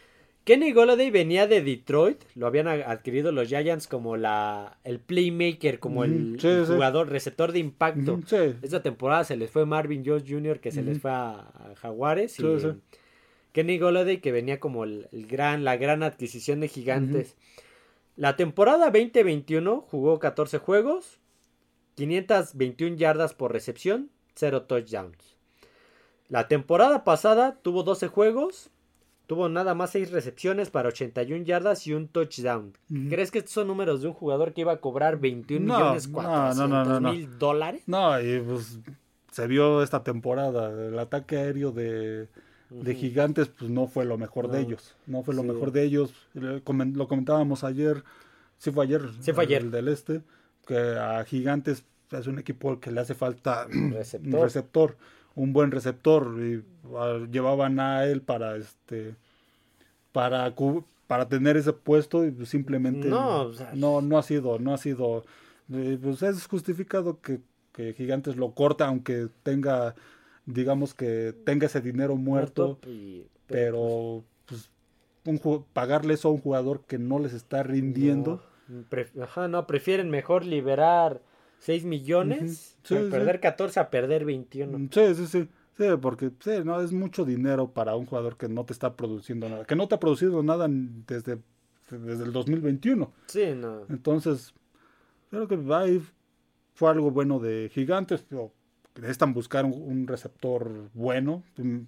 Kenny Golladay venía de Detroit, lo habían adquirido los Giants como la el playmaker, como el, sí, el sí. jugador, receptor de impacto. Uh-huh, sí. Esta temporada se les fue Marvin Jones junior, que se uh-huh. les fue a, a Jaguares. Sí, y sí. Kenny Golladay, que venía como el, el gran, la gran adquisición de Gigantes. Uh-huh. La temporada veinte veintiuno jugó catorce juegos, quinientas veintiuna yardas por recepción, cero touchdowns. La temporada pasada tuvo doce juegos, tuvo nada más seis recepciones para ochenta y una yardas y un touchdown. Uh-huh. ¿Crees que estos son números de un jugador que iba a cobrar veintiún no, millones cuatrocientos no, no, no, mil no. dólares? No, y pues se vio esta temporada, el ataque aéreo de, uh-huh. de Gigantes pues no fue lo mejor no. de ellos, no fue lo sí. mejor de ellos, lo comentábamos ayer, sí fue ayer, sí fue ayer. El del este, que a Gigantes es un equipo que le hace falta receptor. un receptor, un buen receptor, y uh, llevaban a él para este para para tener ese puesto y pues, simplemente no, o sea, no no ha sido no ha sido eh, pues es justificado que, que Gigantes lo corta, aunque tenga digamos que tenga ese dinero muerto, muerto y, pero pues, un, pagarle eso a un jugador que no les está rindiendo. No, pre, ajá, no, prefieren mejor liberar seis millones, uh-huh. sí, perder sí. catorce a perder veintiuno. Sí, sí, sí, sí, porque sí, no es mucho dinero para un jugador que no te está produciendo nada, que no te ha producido nada desde, desde el dos mil veintiuno. Sí, no. Entonces, creo que ahí fue algo bueno de Gigantes, pero necesitan buscar un, un receptor bueno.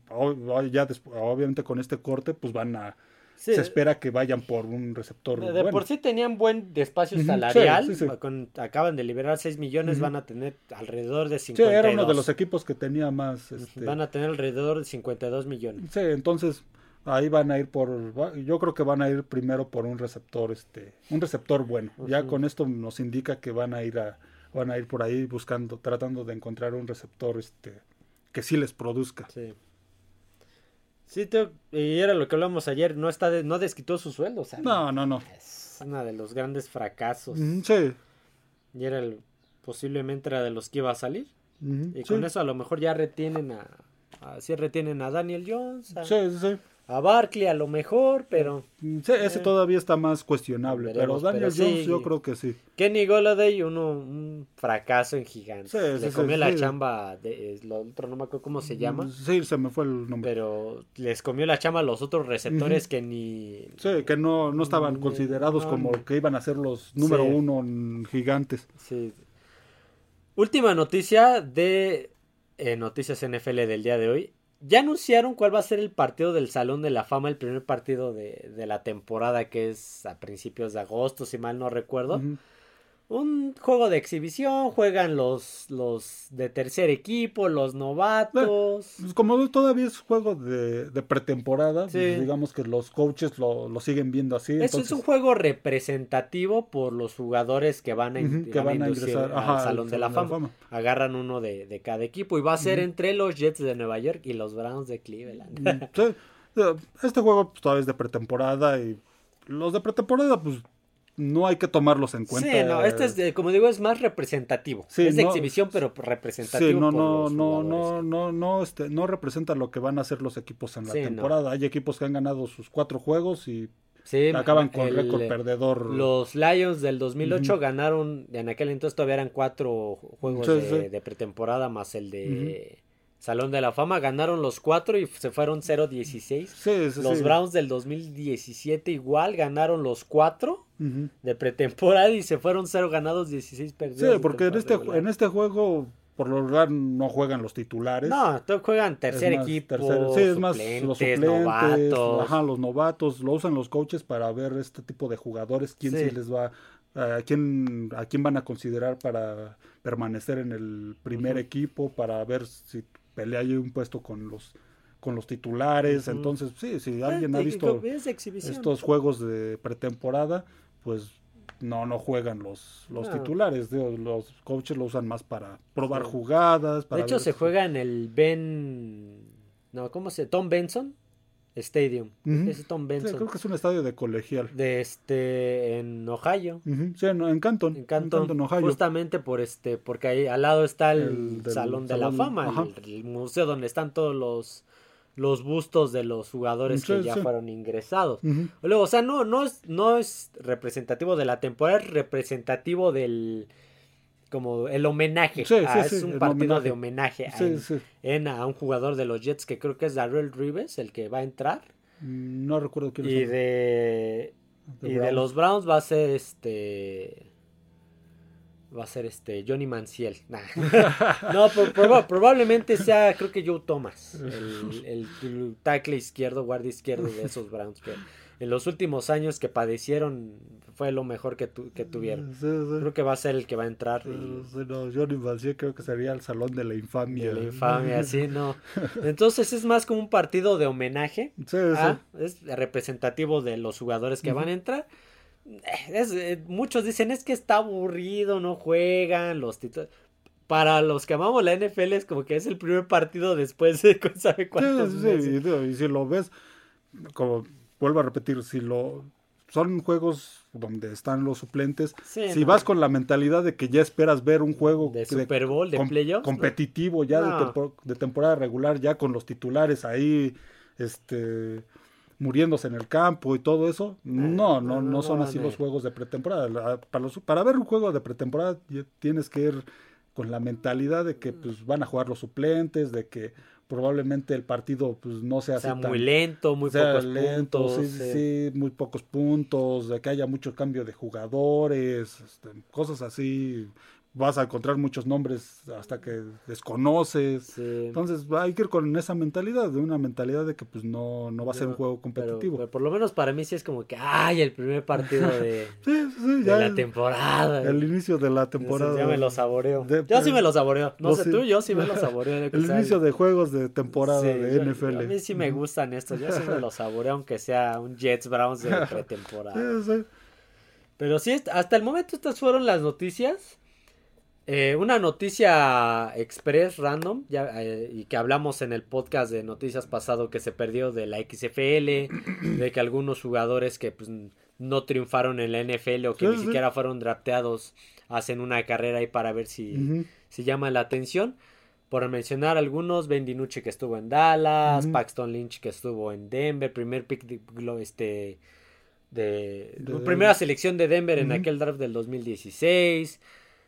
Ya después, obviamente con este corte, pues van a sí. se espera que vayan por un receptor de, de bueno. por sí tenían buen espacio uh-huh. salarial, sí, sí, sí. Con, acaban de liberar seis millones, uh-huh. van a tener alrededor de cincuenta y dos. Sí, era uno de los equipos que tenía más este... van a tener alrededor de cincuenta y dos millones. Sí, entonces ahí van a ir por, yo creo que van a ir primero por un receptor este un receptor bueno. Uh-huh. Ya con esto nos indica que van a ir a van a ir por ahí buscando, tratando de encontrar un receptor este que sí les produzca. Sí. Sí, te, y era lo que hablamos ayer, no está de, no desquitó su sueldo, o sea, no, no, no. Es uno de los grandes fracasos. Mm, sí. Y era el, posiblemente era de los que iba a salir. Mm, y sí. con eso a lo mejor ya retienen a, a sí retienen a Daniel Jones, a, sí, sí. a Barkley a lo mejor, pero sí, ese eh, todavía está más cuestionable, veremos, pero Daniel pero Jones sí, yo creo que sí. Kenny Golladay, uno un fracaso en Gigantes. Sí, le sí, comió sí, la sí. chamba, de, lo otro no me acuerdo cómo se llama. Sí, se me fue el nombre. Pero les comió la chamba a los otros receptores uh-huh. que ni... Sí, que no, no estaban ni, considerados no, como que iban a ser los número sí. uno en Gigantes. Sí. Última noticia de eh, Noticias N F L del día de hoy. Ya anunciaron cuál va a ser el partido del Salón de la Fama, el primer partido de, de la temporada, que es a principios de agosto, si mal no recuerdo. Uh-huh. Un juego de exhibición, juegan los, los de tercer equipo, los novatos. Pues como todavía es juego de, de pretemporada, sí. pues digamos que los coaches lo, lo siguen viendo así. Eso entonces... es un juego representativo por los jugadores que van a, uh-huh, que van a ingresar al Ajá, Salón de la, de Fama. la Fama. Agarran uno de, de cada equipo y va a ser uh-huh. entre los Jets de Nueva York y los Browns de Cleveland. Sí. Este juego pues, todavía es de pretemporada y los de pretemporada pues no hay que tomarlos en cuenta. Sí, no, este es, como digo, es más representativo. Sí, es de no, exhibición, pero representativo. Sí, no, por no, los no, no, no, no, este, no representa lo que van a hacer los equipos en la sí, temporada. No. Hay equipos que han ganado sus cuatro juegos y sí, acaban con el, récord perdedor. Los Lions del dos mil ocho uh-huh. ganaron, en aquel entonces todavía eran cuatro juegos sí, de, sí. de pretemporada más el de... Uh-huh. Salón de la Fama, ganaron los cuatro y se fueron cero dieciséis. Sí, sí, los sí. Browns del dos mil diecisiete igual ganaron los cuatro uh-huh. de pretemporada y se fueron cero ganados, dieciséis perdidos. Sí, porque en este, en este juego por lo regular no juegan los titulares. No, juegan tercer más, equipo, tercer, sí, es más los suplentes, novatos. Ajá, los novatos, lo usan los coaches para ver este tipo de jugadores, quién sí, sí les va, a quién, a quién van a considerar para permanecer en el primer uh-huh. equipo, para ver si pelea ahí un puesto con los con los titulares. Uh-huh. Entonces sí, si alguien ha visto estos juegos de pretemporada, pues no no juegan los los no. titulares, los coaches lo usan más para probar sí. jugadas, para de hecho ver se si... juega en el Ben no cómo se Tom Benson Stadium. Uh-huh. Es Tom Benson. Sí, creo que es un estadio de colegial. De este en Ohio. Uh-huh. Sí, en, en Canton. En Canton, en Canton, Ohio. Justamente por este, porque ahí al lado está el, el Salón de salón, la Fama, el, el museo donde están todos los los bustos de los jugadores Sí, que ya sí. fueron ingresados. Ujú. Luego, o sea, no, no es, no es representativo de la temporada, es representativo del, como el homenaje. Sí, Ah, sí, sí, es un en partido de homenaje. homenaje a, Sí, en, sí. en a un jugador de los Jets que creo que es Darrell Reeves, el que va a entrar. Mm, No recuerdo quiénes Y son de, los de y de los Browns. Browns va a ser este... Va a ser este Johnny Manziel. Nah. No, pero proba- probablemente sea, creo que Joe Thomas, el, el, el tackle izquierdo, guardia izquierdo de esos Browns, que en los últimos años que padecieron fue lo mejor que, tu, que tuvieron. Sí, sí. Creo que va a ser el que va a entrar Pero, y sí, no, Johnny Manziel creo que sería el salón de la de infamia. la infamia, así, ¿no? Entonces es más como un partido de homenaje. Sí, sí. Ah, es representativo de los jugadores que van a entrar. Es, eh, muchos dicen es que está aburrido, no juegan los títulos. Para los que amamos la N F L es como que es el primer partido después de quién sabe Sí, cuántos sí, sí, meses. y, digo, y si lo ves, como vuelvo a repetir, si lo son juegos donde están los suplentes, Sí, si no. vas con la mentalidad de que ya esperas ver un juego De Super Bowl, de com- playoffs, competitivo ya de, No. tempo- de temporada regular, ya con los titulares ahí, este, muriéndose en el campo y todo eso, no, no, no, no, no no son van así a los ir. juegos de pretemporada. La- Para, los- para ver un juego de pretemporada ya tienes que ir con la mentalidad de que pues van a jugar los suplentes, de que probablemente el partido pues no sea O así sea, muy tan lento, muy sea pocos lento, puntos. sí, sí, eh. sí, muy pocos puntos, de que haya mucho cambio de jugadores, este, cosas así. Vas a encontrar muchos nombres hasta que desconoces. Sí. Entonces hay que ir con esa mentalidad, de una mentalidad de que pues no, no va a ser un No, juego pero, competitivo. pero por lo menos para mí sí es como que, ay, el primer partido de, Sí, sí, sí, de ya la es temporada. el inicio de la Entonces, ya temporada. me lo saboreo. de- Yo sí me lo saboreo. No los- sé tú, yo sí me lo saboreo. de que el sea inicio el- de juegos de temporada Sí, de yo- N yo- F L. a mí sí me Ujú. gustan estos. Yo sí me los saboreo, aunque sea un Jets Browns de pretemporada. Sí, sí. Pero sí, est- hasta el momento estas fueron las noticias. Eh, una noticia express random, ya, eh, y que hablamos en el podcast de noticias pasado que se perdió de la X F L, de que algunos jugadores que pues, no triunfaron en la N F L o que Sí, ni sí. siquiera fueron drafteados hacen una carrera ahí para ver si, Ujú. si llama la atención. Por mencionar algunos, Ben DiNucci que estuvo en Dallas, Ujú. Paxton Lynch que estuvo en Denver, primer pick de, glo- este, de, De- primera selección de Denver en Ujú. aquel draft del dos mil dieciséis.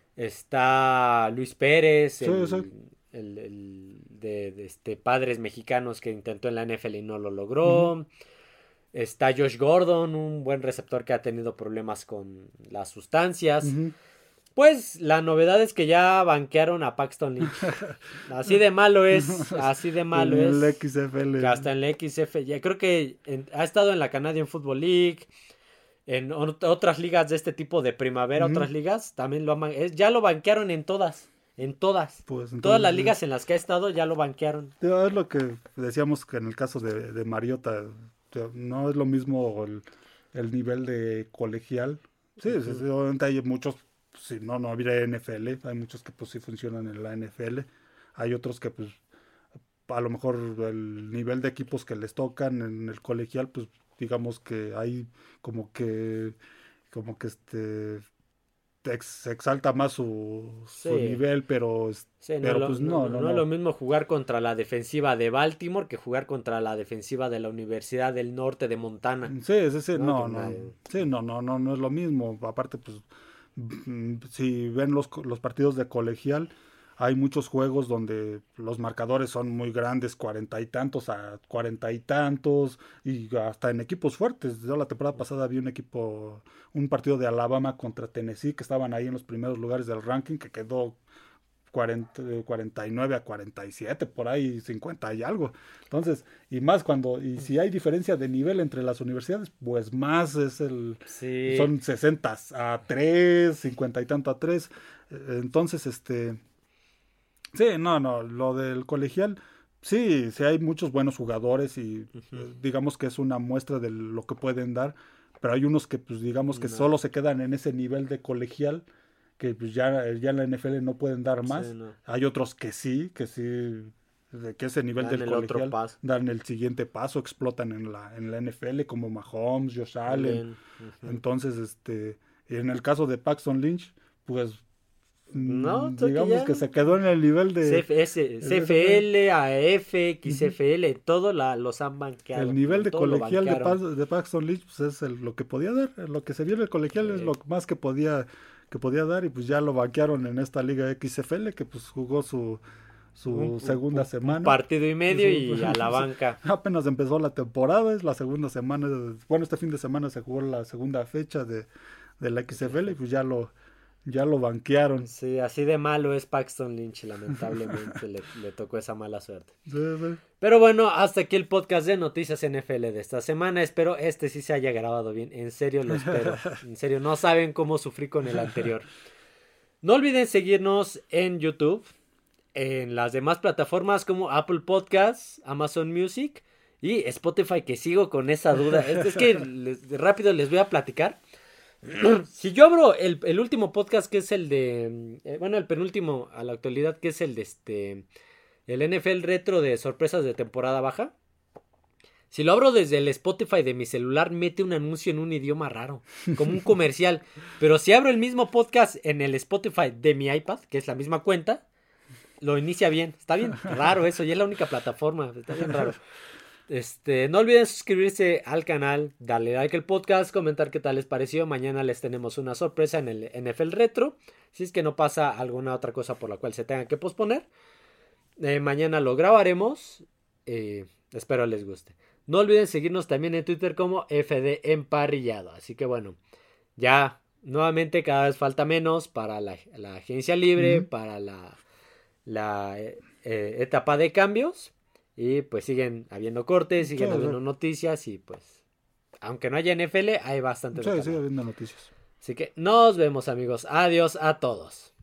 Está Luis Pérez, Sí, el, sí. el- el de, de este padres mexicanos que intentó en la N F L y no lo logró. Ujú. Está Josh Gordon, un buen receptor que ha tenido problemas con las sustancias. Ujú. Pues la novedad es que ya banquearon a Paxton Lynch. Así de malo es, así de malo En es. el X F L. Que hasta en la X F, ya creo que en- ha estado en la Canadian Football League, en ot- otras ligas de este tipo de primavera, Ujú. otras ligas, también lo han, ban- es- ya lo banquearon en todas, en todas. Pues, Todas entonces, las ligas en las que ha estado ya lo banquearon. ya es lo que decíamos que en el caso de, de Mariota, o sea, no es lo mismo el, el nivel de colegial. Sí, sí, sí, obviamente hay muchos, si no, no habría N F L, hay muchos que pues sí funcionan en la N F L, hay otros que pues a lo mejor el nivel de equipos que les tocan en el colegial, pues digamos que hay como que, como que este ex- se exalta más su, su Sí. nivel, pero, es- Sí, no, pero lo- pues no, no, no, no, no es no. lo mismo jugar contra la defensiva de Baltimore que jugar contra la defensiva de la Universidad del Norte de Montana. Sí, sí, sí, No, no, que no, nadie- sí, no, no, no, no es lo mismo. Aparte, pues, mm, si ven los, co- los partidos de colegial, hay muchos juegos donde los marcadores son muy grandes, cuarenta y tantos a cuarenta y tantos, y hasta en equipos fuertes. Yo la temporada pasada vi un equipo, un partido de Alabama contra Tennessee, que estaban ahí en los primeros lugares del ranking, que quedó cuarenta, cuarenta y nueve a cuarenta y siete, por ahí cincuenta y algo. Entonces, y más cuando, y si hay diferencia de nivel entre las universidades, pues más es el, Sí. son sesenta a tres, cincuenta y tanto a tres. Eh, Entonces, este, sí, no, no, lo del colegial, sí, sí hay muchos buenos jugadores y eh, digamos que es una muestra de lo que pueden dar, pero hay unos que, pues, digamos que No. solo se quedan en ese nivel de colegial que pues ya, ya en la N F L no pueden dar más. Sí, no. Hay otros que sí, que sí, de que ese nivel Dan del el otro colegial paso. dan el siguiente paso, explotan en la, en la N F L como Mahomes, Josh Allen. Allen, ujú. Entonces, este, en el caso de Paxton Lynch, pues No, digamos que, ya... que se quedó en el nivel de C F S, C F L, A F, X F L, uh-huh. todo la, los han banqueado. El nivel de colegial de, pa de Paxton Lynch pues es el, lo que podía dar, lo que se vio en el colegial sí. es lo más que podía que podía dar y pues ya lo banquearon en esta liga X F L que pues jugó su su un, segunda un, semana. Un partido y medio y a la banca. Apenas empezó la temporada, es la segunda semana, bueno, este fin de semana se jugó la segunda fecha de, de la X F L y pues ya lo ya lo banquearon. Sí, así de malo es Paxton Lynch, lamentablemente le, le tocó esa mala suerte. Sí, sí. Pero bueno, hasta aquí el podcast de Noticias N F L de esta semana. Espero este sí se haya grabado bien, en serio lo espero. En serio, no saben cómo sufrí con el anterior. No olviden seguirnos en YouTube, en las demás plataformas como Apple Podcasts, Amazon Music y Spotify, que sigo con esa duda. Es, es que les, rápido les voy a platicar. Si yo abro el, el último podcast, que es el de, eh, bueno, el penúltimo a la actualidad, que es el de este, el N F L retro de sorpresas de temporada baja. Si lo abro desde el Spotify de mi celular, mete un anuncio en un idioma raro, como un comercial. Pero si abro el mismo podcast en el Spotify de mi iPad, que es la misma cuenta, lo inicia bien. Está bien raro eso, y es la única plataforma, está bien raro. Este, no olviden suscribirse al canal, darle like al podcast, comentar qué tal les pareció. Mañana les tenemos una sorpresa en el N F L retro, si es que no pasa alguna otra cosa por la cual se tenga que posponer. Eh, mañana lo grabaremos, eh, espero les guste. No olviden seguirnos también en Twitter como F D Emparrillado. Así que bueno, ya nuevamente cada vez falta menos para la, la agencia libre, uh-huh. para la, la eh, eh, etapa de cambios. Y pues siguen habiendo cortes, siguen sí, habiendo sí. noticias y pues, aunque no haya N F L, hay bastante. Sí, sigue habiendo noticias. Así que nos vemos amigos. Adiós a todos.